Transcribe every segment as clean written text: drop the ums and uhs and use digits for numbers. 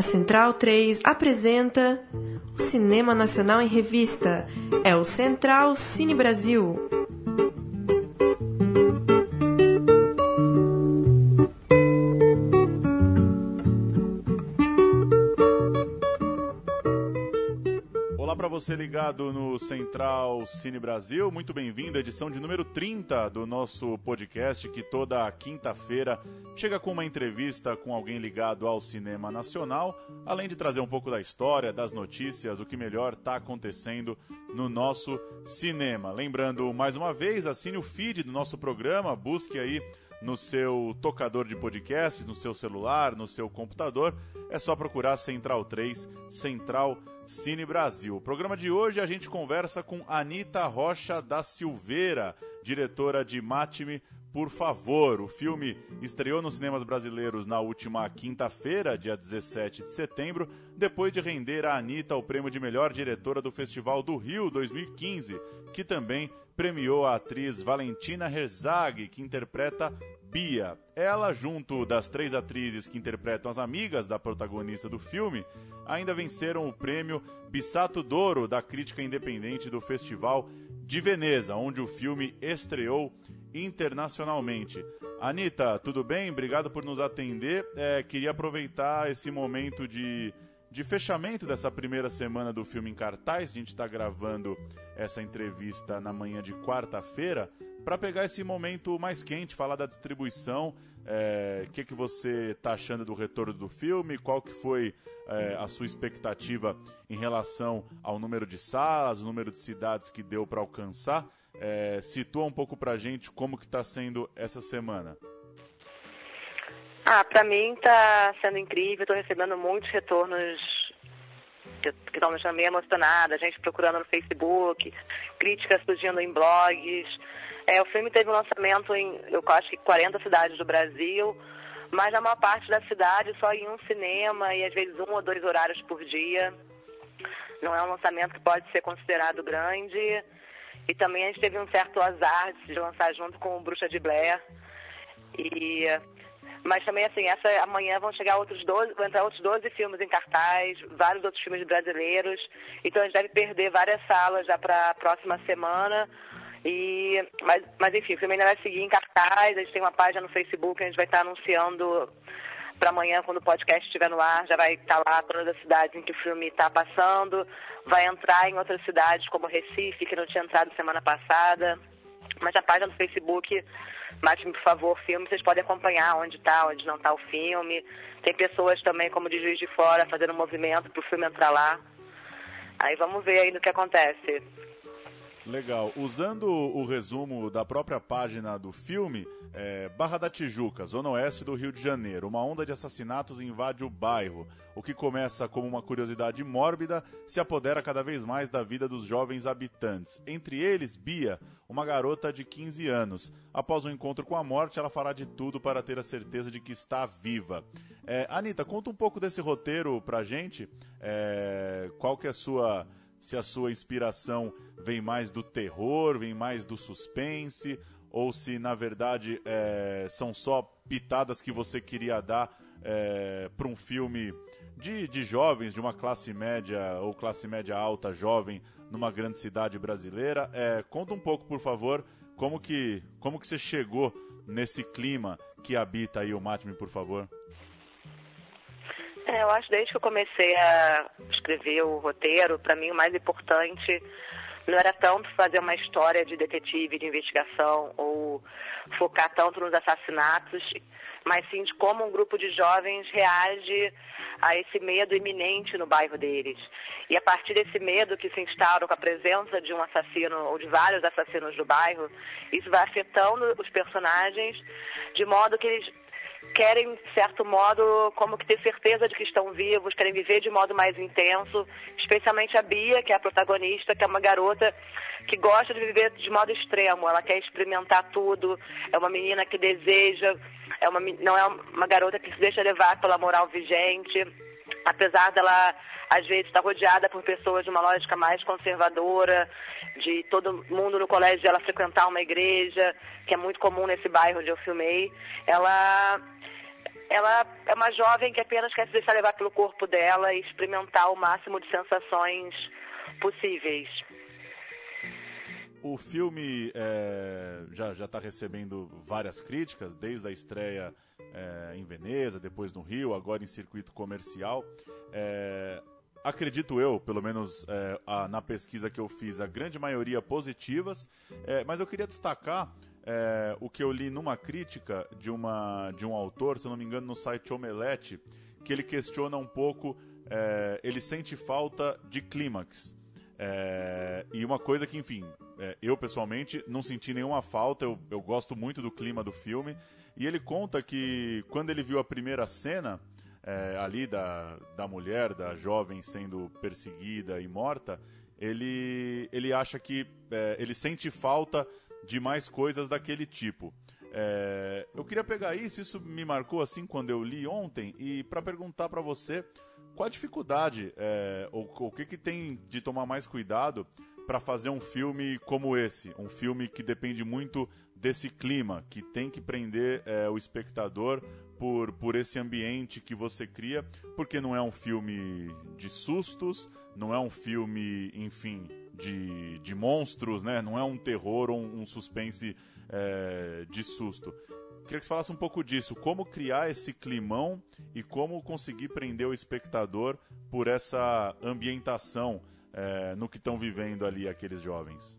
Central 3 apresenta o Cinema Nacional em Revista. É o Central Cine Brasil. Olá para você ligado no Central Cine Brasil, muito bem-vindo à edição de número 30 do nosso podcast, que toda quinta-feira chega com uma entrevista com alguém ligado ao cinema nacional, além de trazer um pouco da história, das notícias, o que melhor está acontecendo no nosso cinema. Lembrando, mais uma vez, assine o feed do nosso programa, busque aí no seu tocador de podcasts, no seu celular, no seu computador, é só procurar Central 3, Central Cine Brasil. O programa de hoje a gente conversa com Anita Rocha da Silveira, diretora de Mate-me, por favor. O filme estreou nos cinemas brasileiros na última quinta-feira, dia 17 de setembro, depois de render a Anita o prêmio de melhor diretora do Festival do Rio 2015, que também premiou a atriz Valentina Herzog, que interpreta Bia. Ela, junto das três atrizes que interpretam as amigas da protagonista do filme, ainda venceram o prêmio Bissato d'Oro da crítica independente do Festival de Veneza, onde o filme estreou internacionalmente. Anita, tudo bem? Obrigado por nos atender. Queria aproveitar esse momento de fechamento dessa primeira semana do filme em cartaz. A gente está gravando essa entrevista na manhã de quarta-feira para pegar esse momento mais quente, falar da distribuição, o que você está achando do retorno do filme, qual que foi a sua expectativa em relação ao número de salas, o número de cidades que deu para alcançar. Situa um pouco para a gente como que está sendo essa semana. Para mim está sendo incrível, estou recebendo muitos retornos que estão me deixando meio emocionada, gente procurando no Facebook, críticas surgindo em blogs. O filme teve um lançamento em, eu acho que 40 cidades do Brasil, mas na maior parte da cidade só em um cinema e às vezes 1 ou 2 horários por dia. Não é um lançamento que pode ser considerado grande. E também a gente teve um certo azar de se lançar junto com o Bruxa de Blair. Mas também, assim, amanhã vão chegar vão entrar outros 12 filmes em cartaz, vários outros filmes brasileiros. Então a gente deve perder várias salas já para a próxima semana. Mas enfim, o filme ainda vai seguir em cartaz. A gente tem uma página no Facebook, a gente vai estar anunciando para amanhã, quando o podcast estiver no ar, já vai estar lá todas as cidades em que o filme está passando. Vai entrar em outras cidades, como Recife, que não tinha entrado semana passada. Mas a página do Facebook, Mate-me, por favor, filme, vocês podem acompanhar onde está, onde não está o filme. Tem pessoas também, como de Juiz de Fora, fazendo um movimento para o filme entrar lá. Aí vamos ver aí no que acontece. Legal. Usando o resumo da própria página do filme, Barra da Tijuca, zona oeste do Rio de Janeiro, uma onda de assassinatos invade o bairro. O que começa como uma curiosidade mórbida se apodera cada vez mais da vida dos jovens habitantes. Entre eles, Bia, uma garota de 15 anos. Após um encontro com a morte, ela fará de tudo para ter a certeza de que está viva. Anita, conta um pouco desse roteiro pra gente. Qual que é se a sua inspiração vem mais do terror, vem mais do suspense, ou se, na verdade, são só pitadas que você queria dar para um filme de jovens, de uma classe média ou classe média alta jovem numa grande cidade brasileira. Conta um pouco, por favor, como que você chegou nesse clima que habita aí o Mate-me, por favor. Eu acho que desde que eu comecei a escrever o roteiro, para mim o mais importante não era tanto fazer uma história de detetive, de investigação, ou focar tanto nos assassinatos, mas sim de como um grupo de jovens reage a esse medo iminente no bairro deles. E a partir desse medo que se instaura com a presença de um assassino ou de vários assassinos do bairro, isso vai afetando os personagens de modo que eles querem, de certo modo, como que ter certeza de que estão vivos, querem viver de modo mais intenso, especialmente a Bia, que é a protagonista, que é uma garota que gosta de viver de modo extremo, ela quer experimentar tudo, é uma menina que deseja, não é uma garota que se deixa levar pela moral vigente, apesar dela, às vezes, estar rodeada por pessoas de uma lógica mais conservadora, de todo mundo no colégio dela frequentar uma igreja, que é muito comum nesse bairro onde eu filmei. Ela ela é uma jovem que apenas quer se deixar levar pelo corpo dela e experimentar o máximo de sensações possíveis. O filme já está recebendo várias críticas, desde a estreia em Veneza, depois no Rio, agora em circuito comercial. Acredito eu, pelo menos na pesquisa que eu fiz, a grande maioria positivas, mas eu queria destacar o que eu li numa crítica de um autor, se eu não me engano, no site Omelete, que ele questiona um pouco, ele sente falta de clímax. E uma coisa que, enfim, eu pessoalmente não senti nenhuma falta, eu gosto muito do clima do filme, e ele conta que quando ele viu a primeira cena ali da mulher, da jovem sendo perseguida e morta, ele acha que ele sente falta de mais coisas daquele tipo. Eu queria pegar isso me marcou assim quando eu li ontem, e para perguntar para você qual a dificuldade, o que tem de tomar mais cuidado para fazer um filme como esse, um filme que depende muito desse clima, que tem que prender o espectador por esse ambiente que você cria, porque não é um filme de sustos, não é um filme, enfim, de monstros, né? Não é um terror ou um suspense de susto. Queria que você falasse um pouco disso, como criar esse climão e como conseguir prender o espectador por essa ambientação no que estão vivendo ali aqueles jovens.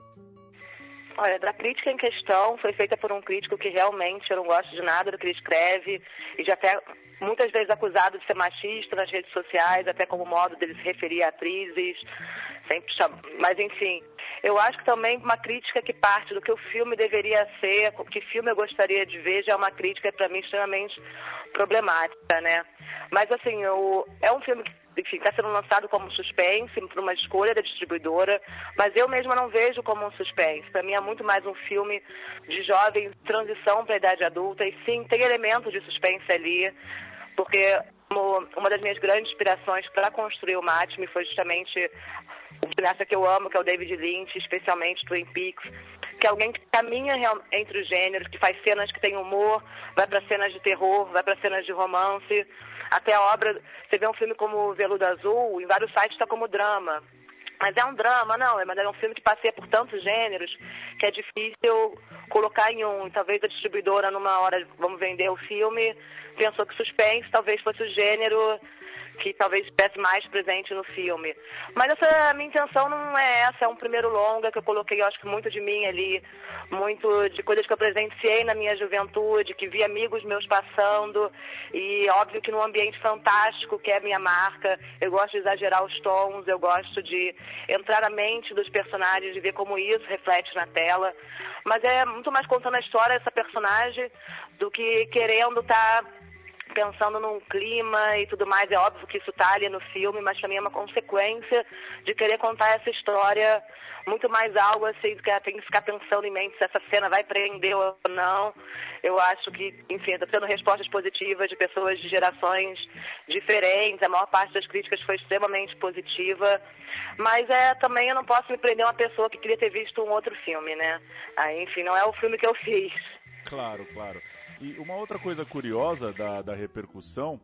Olha, a crítica em questão foi feita por um crítico que realmente eu não gosto de nada do que ele escreve, e já até muitas vezes acusado de ser machista nas redes sociais, até como modo dele se referir a atrizes, sempre mas enfim, eu acho que também uma crítica que parte do que o filme deveria ser, que filme eu gostaria de ver, já é uma crítica para mim extremamente problemática, né? Mas assim, é um filme que, enfim, está sendo lançado como suspense, por uma escolha da distribuidora, mas eu mesma não vejo como um suspense. Para mim é muito mais um filme de jovem transição para a idade adulta, e sim, tem elementos de suspense ali, porque uma das minhas grandes inspirações para construir o Matme foi justamente o cineasta que eu amo, que é o David Lynch, especialmente Twin Peaks, que é alguém que caminha entre os gêneros, que faz cenas que tem humor, vai para cenas de terror, vai para cenas de romance. Até a obra, você vê um filme como Veludo Azul, em vários sites está como drama. Mas é um drama, não, mas é um filme que passeia por tantos gêneros que é difícil colocar em um. Talvez a distribuidora, numa hora, vamos vender o filme, pensou que suspense talvez fosse o gênero que talvez estivesse mais presente no filme. Mas a minha intenção não é essa, é um primeiro longa que eu coloquei, eu acho que muito de mim ali, muito de coisas que eu presenciei na minha juventude, que vi amigos meus passando, e óbvio que num ambiente fantástico, que é a minha marca, eu gosto de exagerar os tons, eu gosto de entrar na mente dos personagens, de ver como isso reflete na tela, mas é muito mais contando a história dessa personagem do que querendo estar pensando num clima e tudo mais. É óbvio que isso está ali no filme, mas também é uma consequência de querer contar essa história, muito mais algo assim, do que tem que ficar pensando em mente se essa cena vai prender ou não. Eu acho que, enfim, estou tendo respostas positivas de pessoas de gerações diferentes, a maior parte das críticas foi extremamente positiva, mas também eu não posso me prender a uma pessoa que queria ter visto um outro filme, né? Aí, enfim, não é o filme que eu fiz. Claro, claro. E uma outra coisa curiosa da repercussão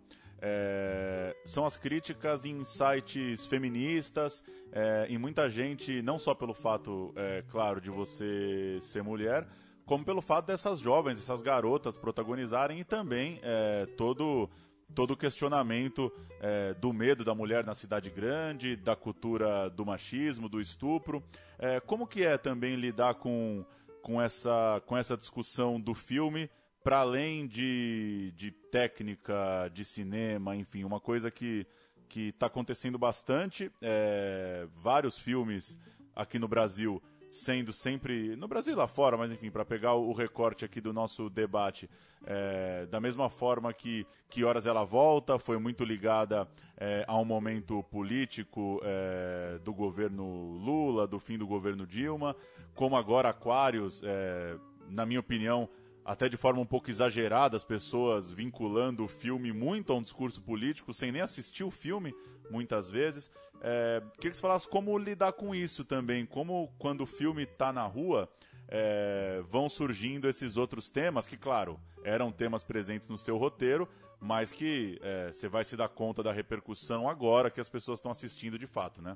são as críticas em sites feministas, em muita gente, não só pelo fato, claro, de você ser mulher, como pelo fato dessas jovens, essas garotas protagonizarem, e também todo o questionamento do medo da mulher na cidade grande, da cultura do machismo, do estupro. Como que é também lidar com essa discussão do filme, para além de técnica, de cinema, enfim, uma coisa que está acontecendo bastante, vários filmes aqui no Brasil sendo sempre, no Brasil e lá fora, mas enfim, para pegar o recorte aqui do nosso debate, da mesma forma que Horas Ela Volta foi muito ligada a um momento político do governo Lula, do fim do governo Dilma, como agora Aquários, na minha opinião, até de forma um pouco exagerada, as pessoas vinculando o filme muito a um discurso político, sem nem assistir o filme, muitas vezes. Queria que você falasse como lidar com isso também, como quando o filme está na rua, vão surgindo esses outros temas que, claro, eram temas presentes no seu roteiro, mas que você vai se dar conta da repercussão agora que as pessoas estão assistindo de fato, né?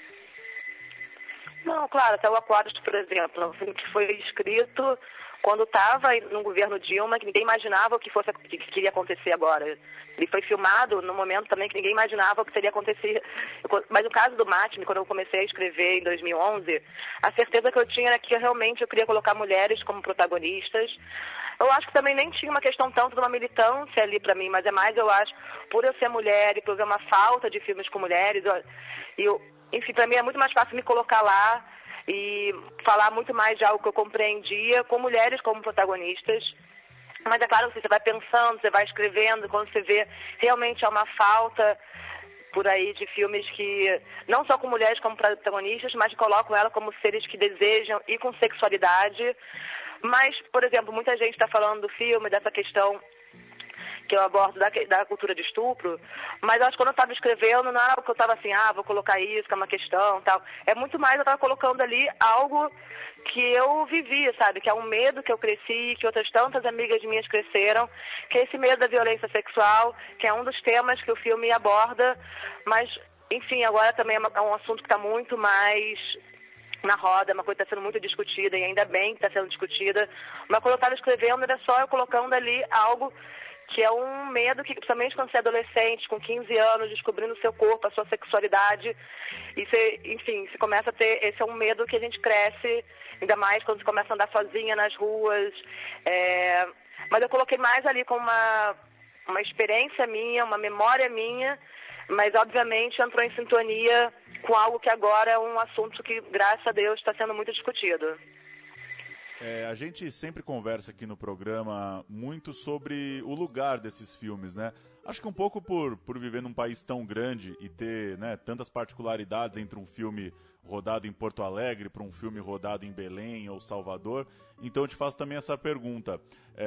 Não, claro, até o Aquarius, por exemplo, um filme que foi escrito quando estava no governo Dilma, que ninguém imaginava o que iria acontecer agora. Ele foi filmado no momento também que ninguém imaginava o que teria acontecido. Mas no caso do Matme, quando eu comecei a escrever em 2011, a certeza que eu tinha era que realmente eu queria colocar mulheres como protagonistas. Eu acho que também nem tinha uma questão tanto de uma militância ali para mim, mas é mais, eu acho, por eu ser mulher e por ver uma falta de filmes com mulheres, enfim, para mim é muito mais fácil me colocar lá e falar muito mais de algo que eu compreendia com mulheres como protagonistas. Mas é claro que você vai pensando, você vai escrevendo, quando você vê realmente há uma falta por aí de filmes que, não só com mulheres como protagonistas, mas colocam ela como seres que desejam e com sexualidade. Mas, por exemplo, muita gente está falando do filme, dessa questão que eu abordo da cultura de estupro, mas acho que quando eu estava escrevendo, não era algo que eu estava assim, vou colocar isso, que é uma questão, tal. É muito mais eu estava colocando ali algo que eu vivi, sabe? Que é um medo que eu cresci, que outras tantas amigas minhas cresceram, que é esse medo da violência sexual, que é um dos temas que o filme aborda, mas, enfim, agora também é um assunto que está muito mais na roda, uma coisa que está sendo muito discutida, e ainda bem que está sendo discutida, mas quando eu estava escrevendo, era só eu colocando ali algo que é um medo que, principalmente quando você é adolescente, com 15 anos, descobrindo o seu corpo, a sua sexualidade, e você, enfim, você começa a ter, esse é um medo que a gente cresce, ainda mais quando você começa a andar sozinha nas ruas, mas eu coloquei mais ali como uma experiência minha, uma memória minha, mas obviamente entrou em sintonia com algo que agora é um assunto que, graças a Deus, está sendo muito discutido. A gente sempre conversa aqui no programa muito sobre o lugar desses filmes, né? Acho que um pouco por viver num país tão grande e ter, né, tantas particularidades entre um filme rodado em Porto Alegre para um filme rodado em Belém ou Salvador. Então eu te faço também essa pergunta.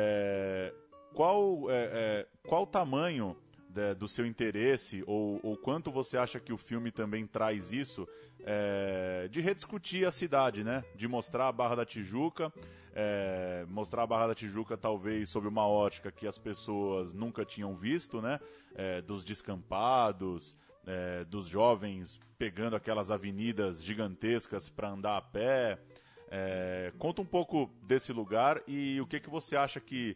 Qual o tamanho do seu interesse ou quanto você acha que o filme também traz isso de rediscutir a cidade, né? De mostrar a Barra da Tijuca, mostrar a Barra da Tijuca talvez sob uma ótica que as pessoas nunca tinham visto, né? Dos descampados, dos jovens pegando aquelas avenidas gigantescas para andar a pé. Conta um pouco desse lugar e o que você acha que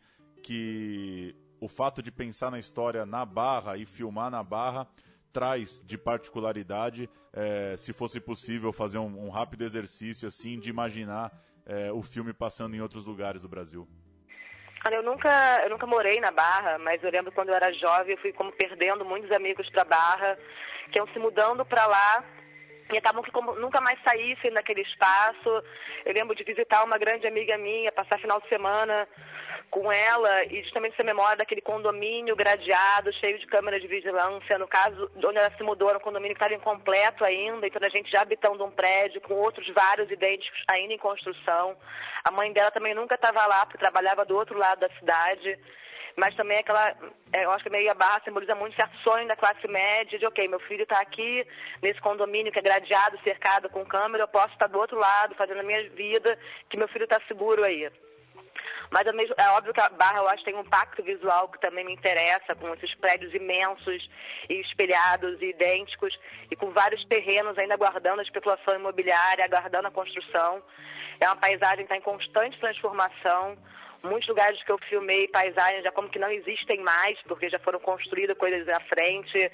o fato de pensar na história na Barra e filmar na Barra traz de particularidade, se fosse possível fazer um rápido exercício assim de imaginar o filme passando em outros lugares do Brasil. Eu nunca morei na Barra, mas eu lembro quando eu era jovem, eu fui como perdendo muitos amigos para Barra, que iam se mudando para lá e acabam que como nunca mais saíssem daquele espaço. Eu lembro de visitar uma grande amiga minha, passar final de semana com ela e justamente essa memória daquele condomínio gradeado, cheio de câmeras de vigilância. No caso, onde ela se mudou, era um condomínio que estava incompleto ainda, então a gente já habitando um prédio com outros vários idênticos ainda em construção. A mãe dela também nunca estava lá, porque trabalhava do outro lado da cidade. Mas também eu acho que meio a Barra simboliza muito certo sonho da classe média, de ok, meu filho está aqui nesse condomínio que é gradeado, cercado com câmera, eu posso estar do outro lado, fazendo a minha vida, que meu filho está seguro aí. Mas é óbvio que a Barra, eu acho, tem um pacto visual que também me interessa, com esses prédios imensos e espelhados e idênticos, e com vários terrenos ainda aguardando a especulação imobiliária, aguardando a construção. É uma paisagem que está em constante transformação. Muitos lugares que eu filmei paisagens já como que não existem mais, porque já foram construídas coisas à frente,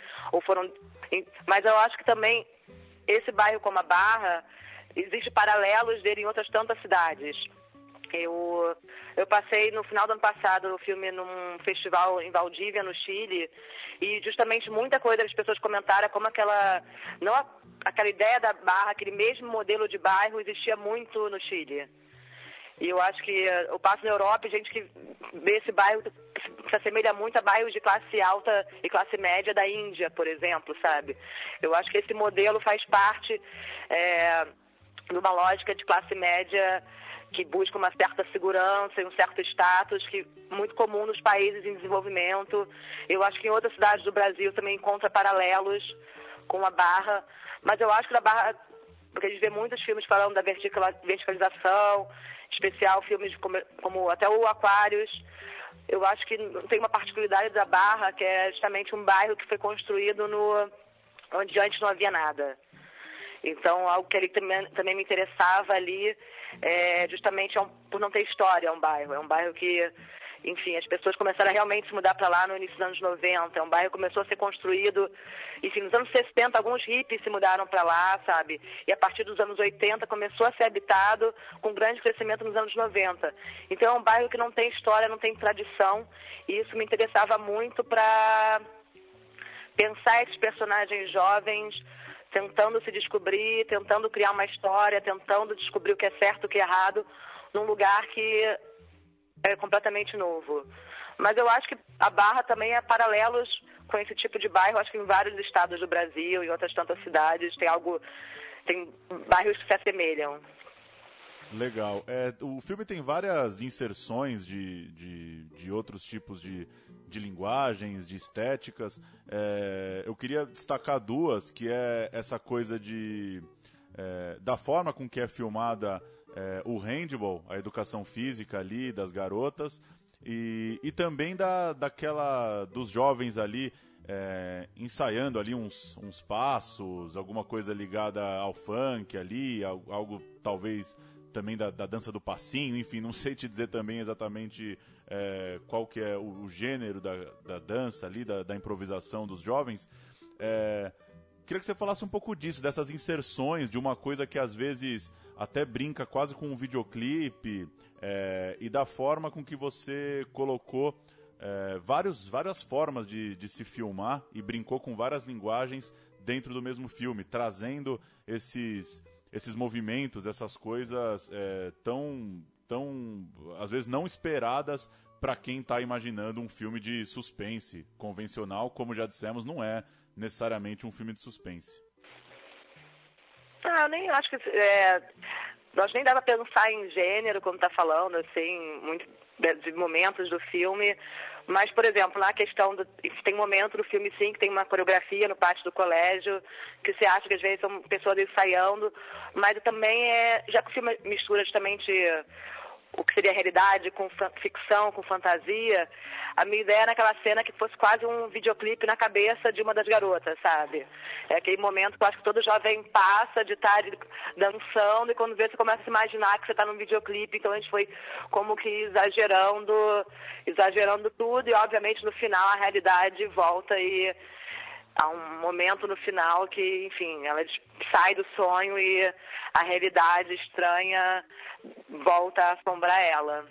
mas eu acho que também esse bairro como a Barra, existe paralelos dele em outras tantas cidades. Eu passei no final do ano passado o filme num festival em Valdívia, no Chile, e justamente muita coisa as pessoas comentaram como aquela ideia da Barra, aquele mesmo modelo de bairro existia muito no Chile. E eu acho que eu passo na Europa e gente que vê esse bairro se assemelha muito a bairros de classe alta e classe média da Índia, por exemplo, sabe? Eu acho que esse modelo faz parte de uma lógica de classe média que busca uma certa segurança e um certo status que é muito comum nos países em desenvolvimento. Eu acho que em outras cidades do Brasil também encontra paralelos com a Barra, mas eu acho que na Barra, porque a gente vê muitos filmes falando da verticalização especial filmes como até o Aquários. Eu acho que tem uma particularidade da Barra, que é justamente um bairro que foi construído onde antes não havia nada. Então, algo que ele também me interessava ali, justamente por não ter história, é um bairro que, enfim, as pessoas começaram a realmente se mudar para lá no início dos anos 90, é um bairro que começou a ser construído, enfim, nos anos 60 alguns hippies se mudaram para lá, sabe, e a partir dos anos 80 começou a ser habitado com grande crescimento nos anos 90. Então é um bairro que não tem história, não tem tradição, e isso me interessava muito para pensar esses personagens jovens tentando se descobrir, tentando criar uma história, tentando descobrir o que é certo, o que é errado, num lugar que é completamente novo. Mas eu acho que a Barra também é paralelos com esse tipo de bairro, acho que em vários estados do Brasil, em outras tantas cidades, tem bairros que se assemelham. Legal. O filme tem várias inserções de outros tipos de linguagens, de estéticas. Eu queria destacar duas, que é essa coisa da forma com que é filmada o handball, a educação física ali das garotas, e também dos jovens ali ensaiando ali uns passos, alguma coisa ligada ao funk ali, algo talvez também da dança do passinho, enfim, não sei te dizer também exatamente qual que é o gênero da dança ali, da improvisação dos jovens. Queria que você falasse um pouco disso, dessas inserções, de uma coisa que às vezes até brinca quase com um videoclipe, e da forma com que você colocou várias formas de se filmar e brincou com várias linguagens dentro do mesmo filme, trazendo esses movimentos, essas coisas tão, às vezes, não esperadas para quem está imaginando um filme de suspense convencional, como já dissemos, não é necessariamente um filme de suspense. Eu nem acho que... nós nem dava para pensar em gênero, como está falando, assim, muito de momentos do filme. Mas, por exemplo, na questão tem um momento do filme, sim, que tem uma coreografia no pátio do colégio, que você acha que às vezes são pessoas ensaiando, mas também já que o filme mistura justamente o que seria realidade com ficção, com fantasia, a minha ideia era aquela cena que fosse quase um videoclipe na cabeça de uma das garotas, sabe? É aquele momento que eu acho que todo jovem passa de estar dançando, e quando vê, você começa a se imaginar que você está num videoclipe. Então a gente foi como que exagerando tudo, e obviamente no final a realidade volta, e há um momento no final que, enfim, ela sai do sonho e a realidade estranha volta a assombrar ela.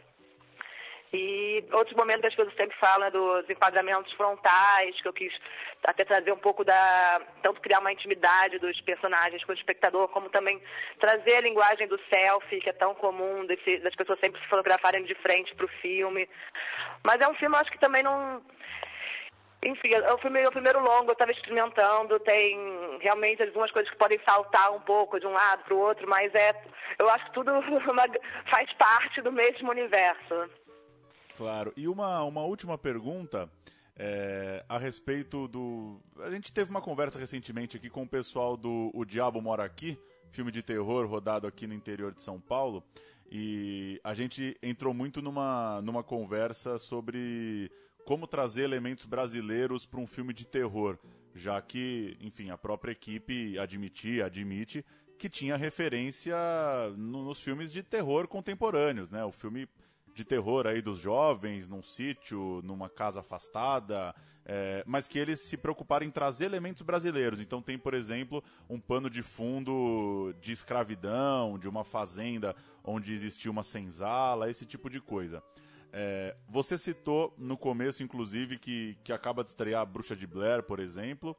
E outro momento que as pessoas sempre falam é dos enquadramentos frontais, que eu quis até trazer um pouco tanto criar uma intimidade dos personagens com o espectador, como também trazer a linguagem do selfie, que é tão comum, das pessoas sempre se fotografarem de frente para o filme. Mas é um filme, eu acho que também não... Enfim, o primeiro longo eu estava experimentando, tem realmente algumas coisas que podem saltar um pouco de um lado para o outro, mas eu acho que tudo faz parte do mesmo universo. Claro. E uma última pergunta a respeito do... A gente teve uma conversa recentemente aqui com o pessoal do O Diabo Mora Aqui, filme de terror rodado aqui no interior de São Paulo, e a gente entrou muito numa conversa sobre como trazer elementos brasileiros para um filme de terror, já que, enfim, a própria equipe admite que tinha referência nos filmes de terror contemporâneos, né? O filme de terror aí dos jovens, num sítio, numa casa afastada, mas que eles se preocuparam em trazer elementos brasileiros. Então tem, por exemplo, um pano de fundo de escravidão, de uma fazenda onde existia uma senzala, esse tipo de coisa. Você citou no começo, inclusive, que acaba de estrear a Bruxa de Blair, por exemplo.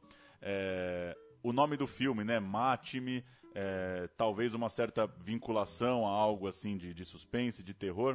O nome do filme, né, Mate-me, talvez uma certa vinculação a algo assim de suspense, de terror.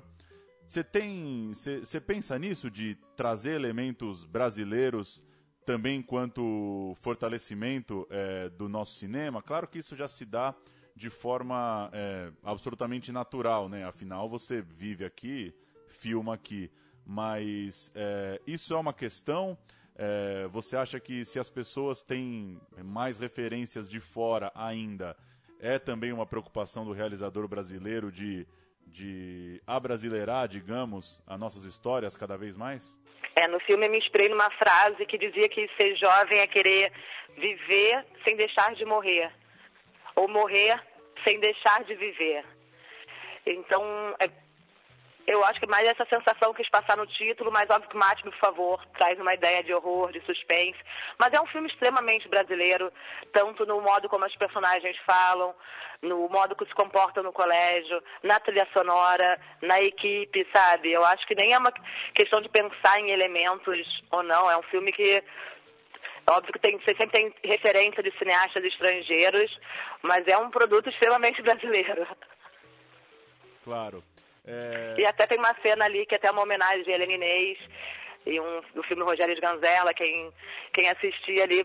Você pensa nisso, de trazer elementos brasileiros também enquanto fortalecimento do nosso cinema? Claro que isso já se dá de forma absolutamente natural, né? Afinal, você vive aqui, filma aqui, mas isso é uma questão? Você acha que se as pessoas têm mais referências de fora ainda, é também uma preocupação do realizador brasileiro de de abrasileirar, digamos, as nossas histórias cada vez mais? No filme eu me inspirei numa frase que dizia que ser jovem é querer viver sem deixar de morrer, ou morrer sem deixar de viver. Então, eu acho que mais essa sensação quis passar no título, mas óbvio que Mate-me, por favor, traz uma ideia de horror, de suspense. Mas é um filme extremamente brasileiro, tanto no modo como as personagens falam, no modo que se comportam no colégio, na trilha sonora, na equipe, sabe? Eu acho que nem é uma questão de pensar em elementos ou não. É um filme que, óbvio que você sempre tem referência de cineastas estrangeiros, mas é um produto extremamente brasileiro. Claro. E até tem uma cena ali que é até uma homenagem a Helena Inês, e do filme Rogério de Ganzella. Quem assistir ali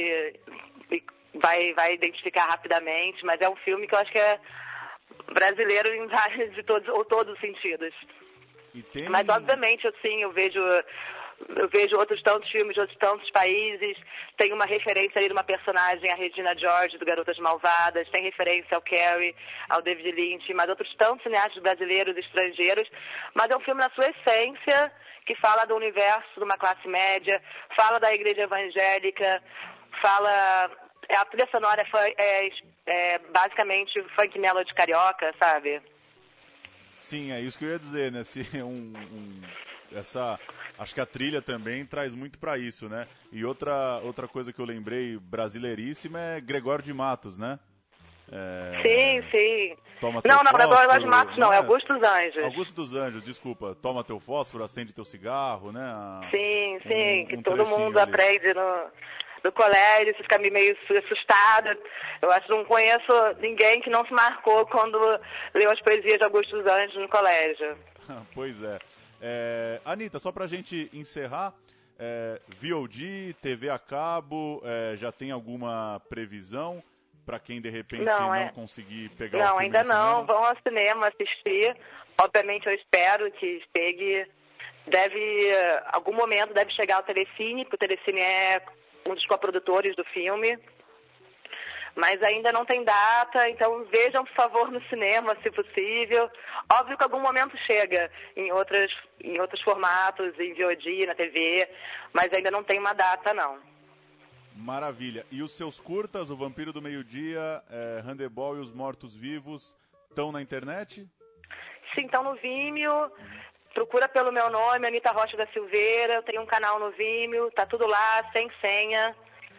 vai identificar rapidamente, mas é um filme que eu acho que é brasileiro em vários todos os sentidos. Mas obviamente, assim, eu vejo outros tantos filmes de outros tantos países. Tem uma referência ali de uma personagem, a Regina George, do Garotas Malvadas. Tem referência ao Carrie, ao David Lynch, mas outros tantos cineastas brasileiros e estrangeiros. Mas é um filme na sua essência, que fala do universo de uma classe média, fala da igreja evangélica, fala... A trilha sonora é basicamente funk melody carioca, sabe? Sim, é isso que eu ia dizer, né? Acho que a trilha também traz muito para isso, né? E outra coisa que eu lembrei brasileiríssima é Gregório de Matos, né? Sim. Não, Gregório de Matos não, é Augusto dos Anjos. Augusto dos Anjos, desculpa. Toma teu fósforo, acende teu cigarro, né? Sim, que todo mundo ali aprende no colégio, você fica meio assustado. Eu acho que não conheço ninguém que não se marcou quando leu as poesias de Augusto dos Anjos no colégio. Pois é. Anitta, só pra gente encerrar, VOD, TV a cabo, já tem alguma previsão para quem de repente não conseguir pegar o filme? Não, ainda não. Vão ao cinema assistir. Obviamente eu espero que chegue. Algum momento deve chegar ao Telecine, porque o Telecine é um dos coprodutores do filme. Mas ainda não tem data, então vejam, por favor, no cinema, se possível. Óbvio que algum momento chega em outros formatos, em VOD, na TV, mas ainda não tem uma data, não. Maravilha. E os seus curtas, O Vampiro do Meio-Dia, Handebol e Os Mortos-Vivos, estão na internet? Sim, estão no Vimeo. Procura pelo meu nome, Anita Rocha da Silveira. Eu tenho um canal no Vimeo, tá tudo lá, sem senha.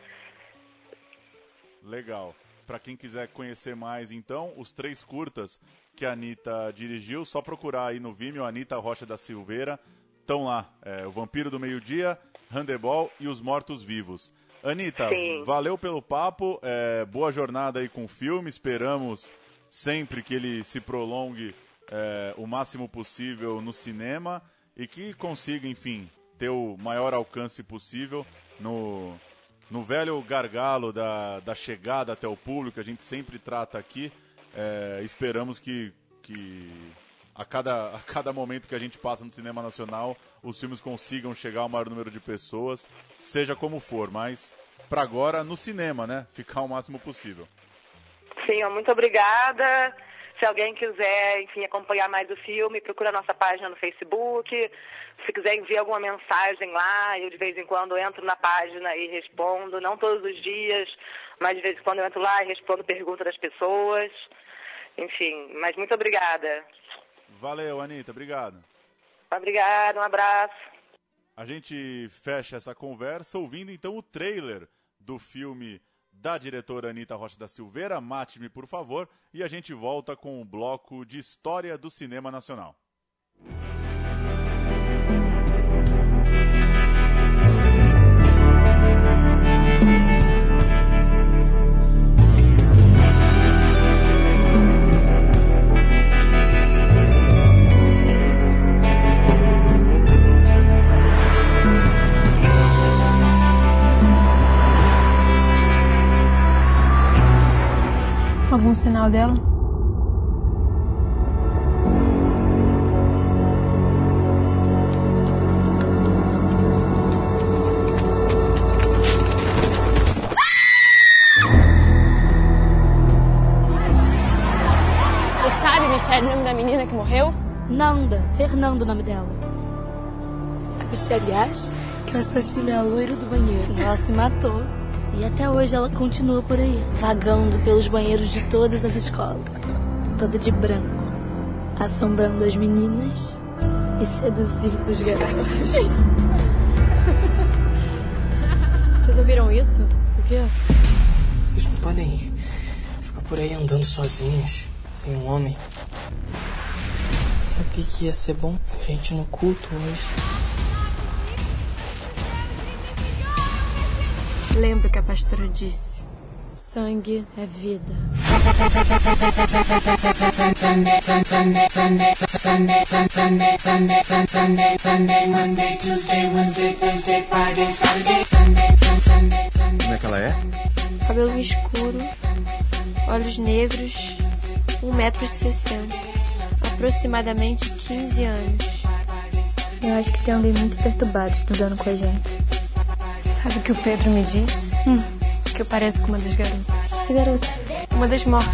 Legal. Para quem quiser conhecer mais, então, os 3 curtas que a Anitta dirigiu, só procurar aí no Vimeo, Anita Rocha da Silveira. Estão lá, O Vampiro do Meio-Dia, Handebol e Os Mortos-Vivos. Anitta, valeu pelo papo, boa jornada aí com o filme, esperamos sempre que ele se prolongue o máximo possível no cinema e que consiga, enfim, ter o maior alcance possível no velho gargalo da chegada até o público, a gente sempre trata aqui. Esperamos que a cada momento que a gente passa no cinema nacional, os filmes consigam chegar ao maior número de pessoas, seja como for, mas para agora no cinema, né? Ficar o máximo possível. Sim, muito obrigada. Se alguém quiser, enfim, acompanhar mais o filme, procura a nossa página no Facebook. Se quiser enviar alguma mensagem lá, eu de vez em quando entro na página e respondo. Não todos os dias, mas de vez em quando eu entro lá e respondo perguntas das pessoas. Enfim, mas muito obrigada. Valeu, Anitta. Obrigado. Obrigada, um abraço. A gente fecha essa conversa ouvindo, então, o trailer do filme da diretora Anita Rocha da Silveira, Mate-me, por favor, e a gente volta com o bloco de História do Cinema Nacional. Algum sinal dela? Você sabe, Michelle, o nome da menina que morreu? Nanda. Fernando, o nome dela. A Michelle acha que o assassino é a loira do banheiro. Ela se matou. E até hoje ela continua por aí, vagando pelos banheiros de todas as escolas. Toda de branco. Assombrando as meninas e seduzindo os garotos. Vocês ouviram isso? O quê? Vocês não podem ficar por aí andando sozinhos, sem um homem. Sabe o que ia ser bom? Gente no culto hoje. Lembra o que a pastora disse? Sangue é vida. Como é que ela é? Cabelo escuro, olhos negros, 1,60 m, aproximadamente 15 anos. Eu acho que tem alguém muito perturbado estudando com a gente. Sabe o que o Pedro me disse? Que eu pareço com uma das garotas. Que garota? Uma das mortas.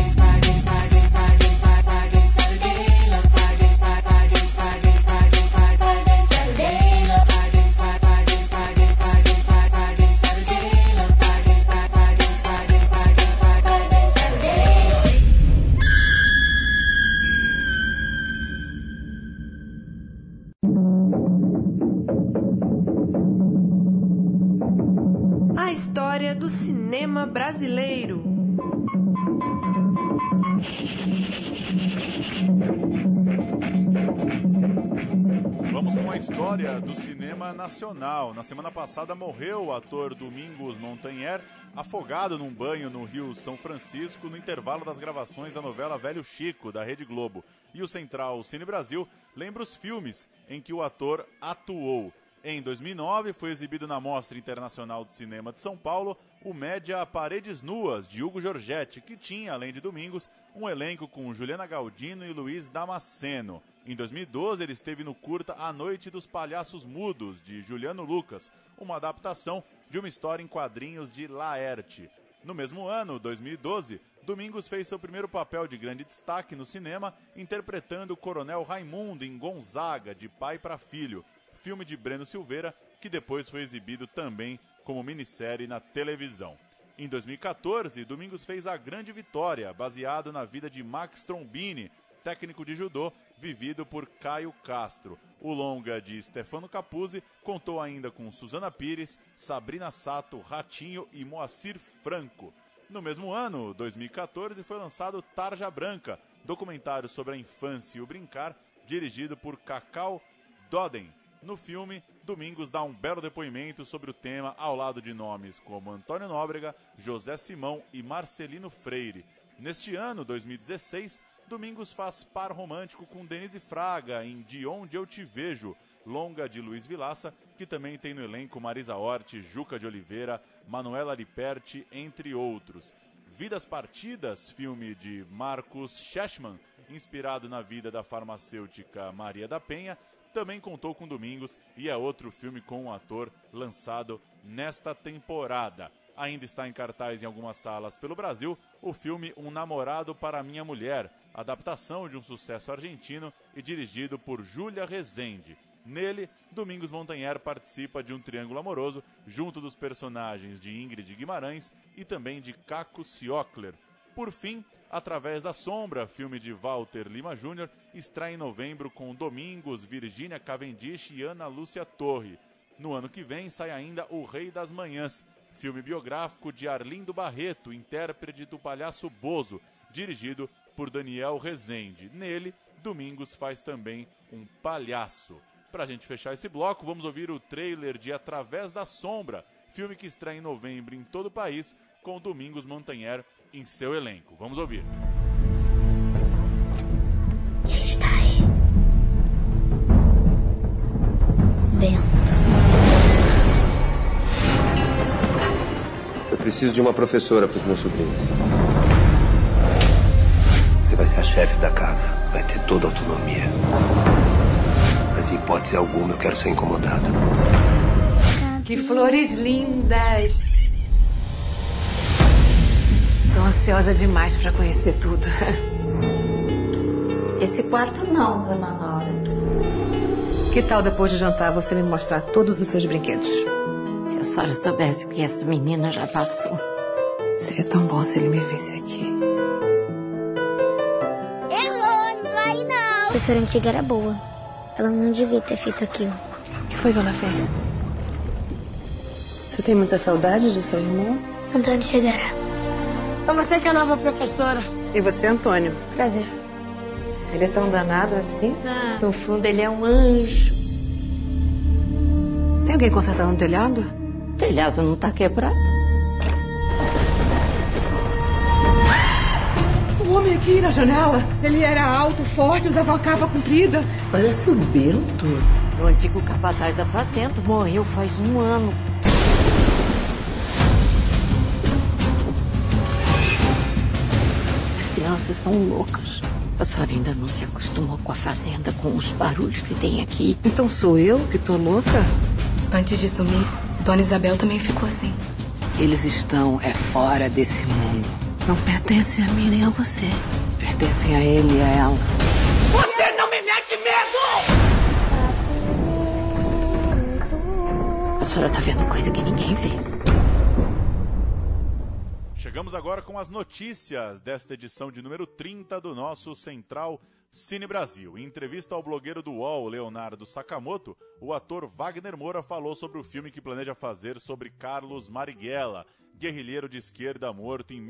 A história do cinema brasileiro. Vamos com a história do cinema nacional. Na semana passada morreu o ator Domingos Montanher, afogado num banho no Rio São Francisco no intervalo das gravações da novela Velho Chico, da Rede Globo. E o Central Cine Brasil lembra os filmes em que o ator atuou. Em 2009, foi exibido na Mostra Internacional de Cinema de São Paulo o média Paredes Nuas, de Hugo Giorgetti, que tinha, além de Domingos, um elenco com Juliana Galdino e Luiz Damasceno. Em 2012, ele esteve no curta A Noite dos Palhaços Mudos, de Juliano Lucas, uma adaptação de uma história em quadrinhos de Laerte. No mesmo ano, 2012, Domingos fez seu primeiro papel de grande destaque no cinema, interpretando o Coronel Raimundo em Gonzaga, de pai para filho, filme de Breno Silveira, que depois foi exibido também como minissérie na televisão. Em 2014, Domingos fez A Grande Vitória, baseado na vida de Max Trombini, técnico de judô, vivido por Caio Castro. O longa de Stefano Capuzzi contou ainda com Suzana Pires, Sabrina Sato, Ratinho e Moacir Franco. No mesmo ano, 2014, foi lançado Tarja Branca, documentário sobre a infância e o brincar, dirigido por Cacau Doden. No filme, Domingos dá um belo depoimento sobre o tema ao lado de nomes como Antônio Nóbrega, José Simão e Marcelino Freire. Neste ano, 2016, Domingos faz par romântico com Denise Fraga em De Onde Eu Te Vejo, longa de Luiz Vilaça, que também tem no elenco Marisa Hort, Juca de Oliveira, Manuela Liperti, entre outros. Vidas Partidas, filme de Marcos Schechman, inspirado na vida da farmacêutica Maria da Penha, também contou com Domingos e é outro filme com um ator lançado nesta temporada. Ainda está em cartaz em algumas salas pelo Brasil o filme Um Namorado para Minha Mulher, adaptação de um sucesso argentino e dirigido por Júlia Rezende. Nele, Domingos Montanher participa de um triângulo amoroso junto dos personagens de Ingrid Guimarães e também de Caco Ciocler. Por fim, Através da Sombra, filme de Walter Lima Jr., estreia em novembro com Domingos, Virgínia Cavendish e Ana Lúcia Torre. No ano que vem sai ainda O Rei das Manhãs, filme biográfico de Arlindo Barreto, intérprete do palhaço Bozo, dirigido por Daniel Rezende. Nele, Domingos faz também um palhaço. Para a gente fechar esse bloco, vamos ouvir o trailer de Através da Sombra, filme que estreia em novembro em todo o país, com Domingos Montanher em seu elenco. Vamos ouvir. Quem está aí? Dentro. Eu preciso de uma professora para os meus sobrinhos. Você vai ser a chefe da casa. Vai ter toda a autonomia. Mas em hipótese alguma eu quero ser incomodado. Que flores lindas! Tô ansiosa demais para conhecer tudo. Esse quarto não, dona Laura. Que tal depois de jantar você me mostrar todos os seus brinquedos? Se a senhora soubesse o que essa menina já passou. Seria tão bom se ele me visse aqui. Errou, não vai não. A professora antiga era boa. Ela não devia ter feito aquilo. O que foi que ela fez? Você tem muita saudade do seu irmão? Antônio chegará. Então você que é a nova professora. E você, Antônio? Prazer. Ele é tão danado assim? Ah. No fundo, ele é um anjo. Tem alguém consertando o telhado? O telhado não tá quebrado. O homem aqui na janela. Ele era alto, forte, usava uma capa comprida. Parece o Bento. O antigo capataz da fazenda morreu faz 1 ano. As crianças são loucas. A senhora ainda não se acostumou com a fazenda, com os barulhos que tem aqui. Então sou eu que tô louca? Antes de sumir, Dona Isabel também ficou assim. Eles estão fora desse mundo. Não pertencem a mim nem a você. Pertencem a ele e a ela. Você não me mete medo! A senhora tá vendo coisa que ninguém vê. Chegamos agora com as notícias desta edição de número 30 do nosso Central Cine Brasil. Em entrevista ao blogueiro do UOL, Leonardo Sakamoto, o ator Wagner Moura falou sobre o filme que planeja fazer sobre Carlos Marighella, guerrilheiro de esquerda morto em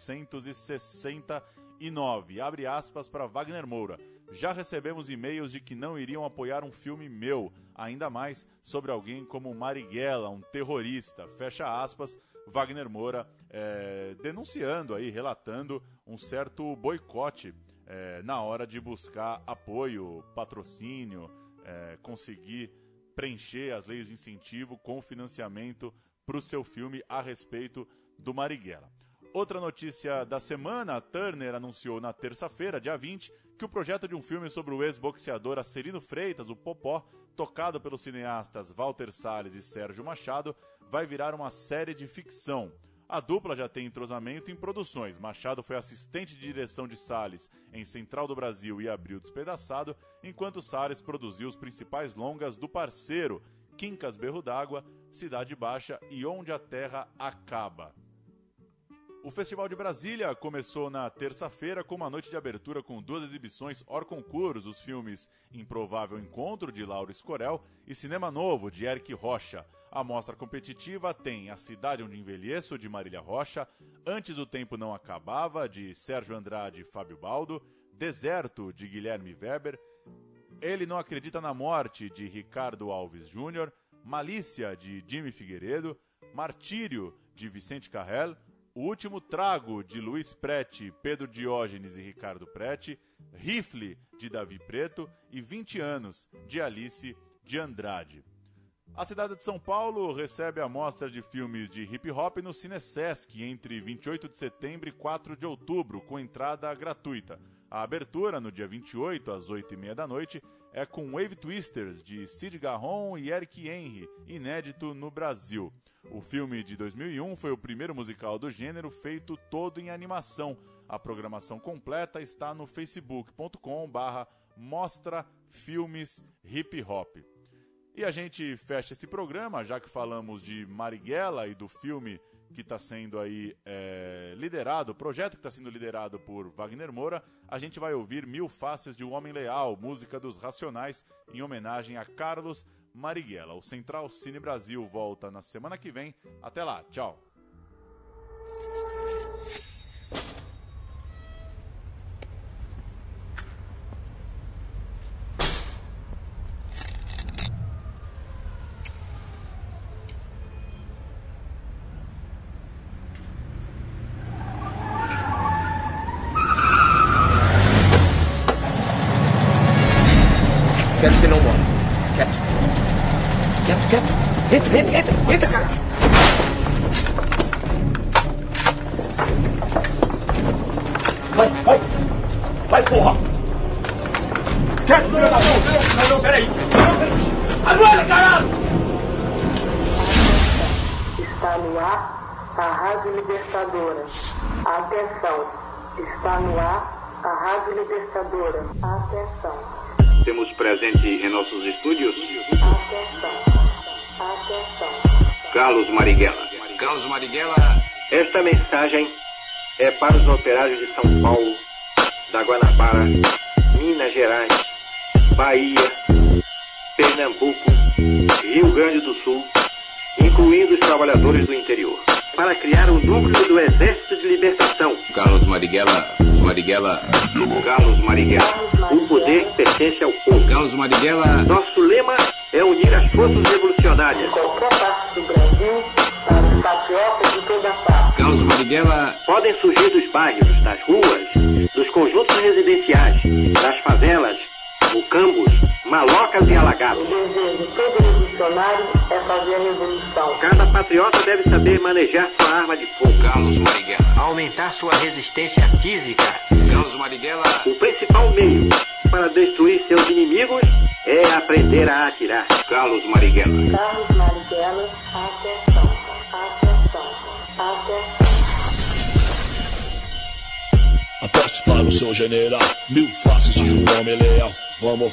1969. Abre aspas para Wagner Moura. Já recebemos e-mails de que não iriam apoiar um filme meu, ainda mais sobre alguém como Marighella, um terrorista. Fecha aspas. Wagner Moura denunciando aí, relatando um certo boicote na hora de buscar apoio, patrocínio, conseguir preencher as leis de incentivo com financiamento para o seu filme a respeito do Marighella. Outra notícia da semana, a Turner anunciou na terça-feira, dia 20, que o projeto de um filme sobre o ex-boxeador Acerino Freitas, o Popó, tocado pelos cineastas Walter Salles e Sérgio Machado, vai virar uma série de ficção. A dupla já tem entrosamento em produções. Machado foi assistente de direção de Salles em Central do Brasil e Abril Despedaçado, enquanto Salles produziu os principais longas do parceiro, Quincas Berro d'Água, Cidade Baixa e Onde a Terra Acaba. O Festival de Brasília começou na terça-feira com uma noite de abertura com 2 exibições hors concours, os filmes Improvável Encontro, de Laura Escorel, e Cinema Novo, de Eric Rocha. A mostra competitiva tem A Cidade Onde Envelheço, de Marília Rocha, Antes o Tempo Não Acabava, de Sérgio Andrade e Fábio Baldo, Deserto, de Guilherme Weber, Ele Não Acredita na Morte, de Ricardo Alves Júnior, Malícia, de Jimmy Figueiredo, Martírio, de Vicente Carrel, O Último Trago, de Luiz Prete, Pedro Diógenes e Ricardo Prete, Rifle, de Davi Preto e 20 anos, de Alice de Andrade. A cidade de São Paulo recebe a mostra de filmes de hip-hop no Cinesesc entre 28 de setembro e 4 de outubro, com entrada gratuita. A abertura, no dia 28, às 8h30 da noite, é com Wave Twisters, de Cid Garron e Eric Henry, inédito no Brasil. O filme de 2001 foi o primeiro musical do gênero feito todo em animação. A programação completa está no facebook.com/Mostra Filmes Hip Hop. E a gente fecha esse programa, já que falamos de Marighella e do filme que está sendo aí liderado, o projeto que está sendo liderado por Wagner Moura, a gente vai ouvir 1000 Faces de um Homem Leal, música dos Racionais, em homenagem a Carlos Marighella. O Central Cine Brasil volta na semana que vem. Até lá, tchau! Quieto, você não morre. Quieto. Entra, cara. Vai, porra. Quieto, filho da puta. Não, peraí. Ajoelha, caralho. Está no ar a Rádio Libertadora. Atenção, está no ar a Rádio Libertadora. Atenção. Temos presente em nossos estúdios. Atenção. Carlos Marighella. Carlos Marighella. Esta mensagem é para os operários de São Paulo, da Guanabara, Minas Gerais, Bahia, Pernambuco, Rio Grande do Sul, incluindo os trabalhadores do interior, para criar um núcleo do Exército de Libertação. Carlos Marighella. Carlos Marighella. O poder pertence ao povo. Carlos Marighella. Nosso lema é unir as forças revolucionárias. Em qualquer parte do Brasil, para os patriotas de toda parte. Carlos Marighella. Podem surgir dos bairros, das ruas, dos conjuntos residenciais, das favelas, mucambos, malocas e alagados. O desejo de todo revolucionário é fazer a revolução. Cada patriota deve saber manejar sua arma de fogo. Carlos Marighella. Aumentar sua resistência física. Carlos Marighella. O principal meio para destruir seus inimigos é aprender a atirar. Carlos Marighella. Carlos Marighella, atenção. Apostos para o seu general, 1000 faces de um homem leal. Vamos.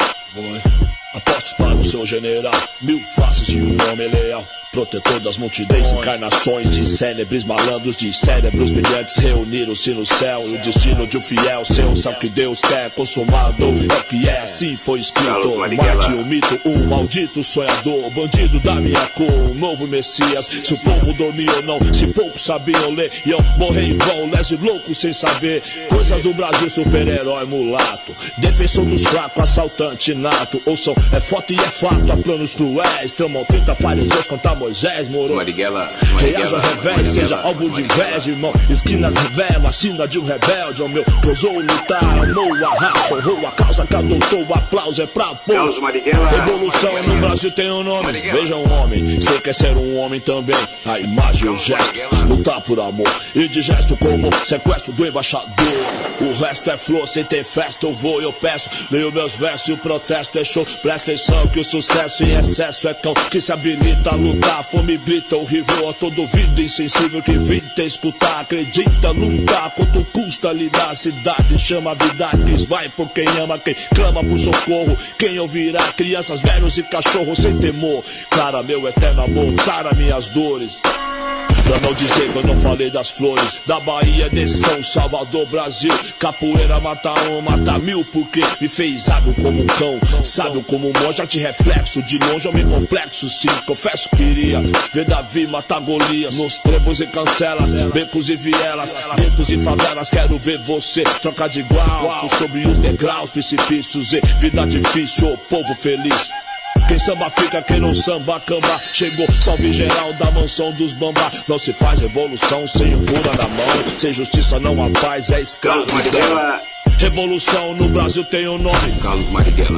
Apostos para o seu general, 1000 faces de um homem leal. Protetor das multidões, encarnações de célebres malandros, de cérebros brilhantes reuniram-se no céu. E o destino de um fiel seu, sabe que Deus quer consumado. É o que é, assim foi escrito. Mate o mito, um maldito sonhador, bandido da minha cor, um novo Messias. Se o povo dormia ou não, se poucos sabiam ler, iam morrer em vão, lese louco sem saber. Coisas do Brasil, super-herói mulato, defensor dos fracos, assaltante nato. Ouçam, é foto e é fato, há planos cruéis, tramam 30 fariseus contra Moisés, moro. Marighella. Reaja ao revés, seja alvo de inveja, irmão. Esquinas revelam a sina de um rebelde, ó meu. Ousou lutar, amou a raça, honrou a causa que adotou. O aplauso é pra povo. Revolução no Brasil tem um nome. Veja um homem, você quer ser um homem também. A imagem, o gesto, lutar por amor. E de gesto como sequestro do embaixador. O resto é flor, sem ter festa eu vou e eu peço. Leio meus versos e o protesto é show. Presta atenção que o sucesso em excesso é cão que se habilita a lutar. A fome grita, horrível a todo vida insensível que evita escutar. Acredita, lutar, quanto custa lidar. A cidade chama a vida, diz vai por quem ama, quem clama por socorro. Quem ouvirá, crianças, velhos e cachorros sem temor. Clara, meu eterno amor, sara minhas dores. Pra não dizer que eu não falei das flores da Bahia, de São Salvador, Brasil. Capoeira mata um, mata mil, porque me fez água como um cão, sábio como um monge, arte reflexo. De longe homem complexo, sim, confesso que iria ver Davi matar Golias. Nos trevos e cancelas, becos e vielas, guetos e favelas. Quero ver você trocar de igual sobre os degraus, precipícios e vida difícil, oh, povo feliz. Quem samba fica, quem não samba, camba. Chegou, salve geral da mansão dos bambá. Não se faz revolução sem um fura na mão. Sem justiça não há paz, é escravidão. Revolução no Brasil tem um nome. Carlos Marighella.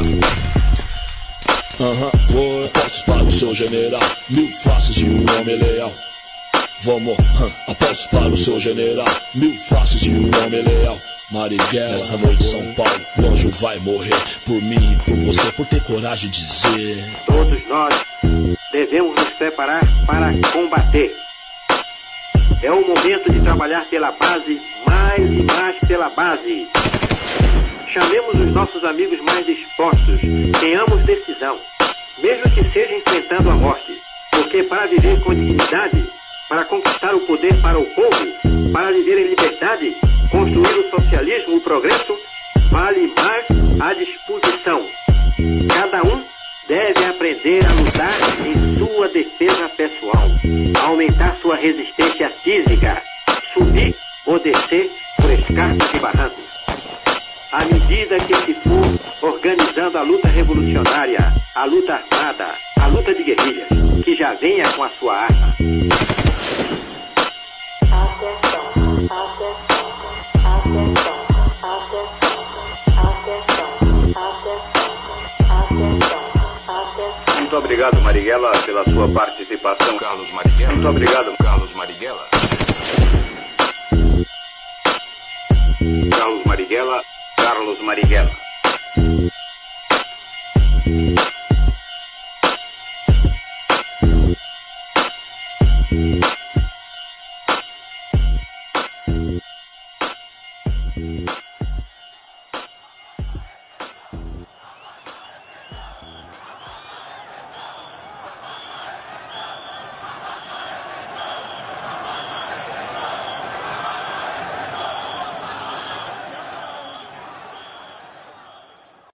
Apostos para o seu general, 1000 faces de um homem leal. Vamos, apostos para o seu general, 1000 faces de um homem leal. Marighella, essa noite São Paulo, o anjo vai morrer por mim e por você, por ter coragem de dizer. Todos nós devemos nos preparar para combater. É o momento de trabalhar pela base, mais e mais pela base. Chamemos os nossos amigos mais dispostos, tenhamos decisão, mesmo que seja enfrentando a morte, porque para viver com dignidade, para conquistar o poder para o povo, para viver em liberdade, construir o socialismo, o progresso, vale mais a disposição. Cada um deve aprender a lutar em sua defesa pessoal, aumentar sua resistência física, subir ou descer por escarpas e barrancos. À medida que se for organizando a luta revolucionária, a luta armada, a luta de guerrilhas, que já venha com a sua arma. Muito obrigado, Marighella, pela sua participação. Carlos Marighella. Muito obrigado, Carlos Marighella. Carlos Marighella. Carlos Marighella.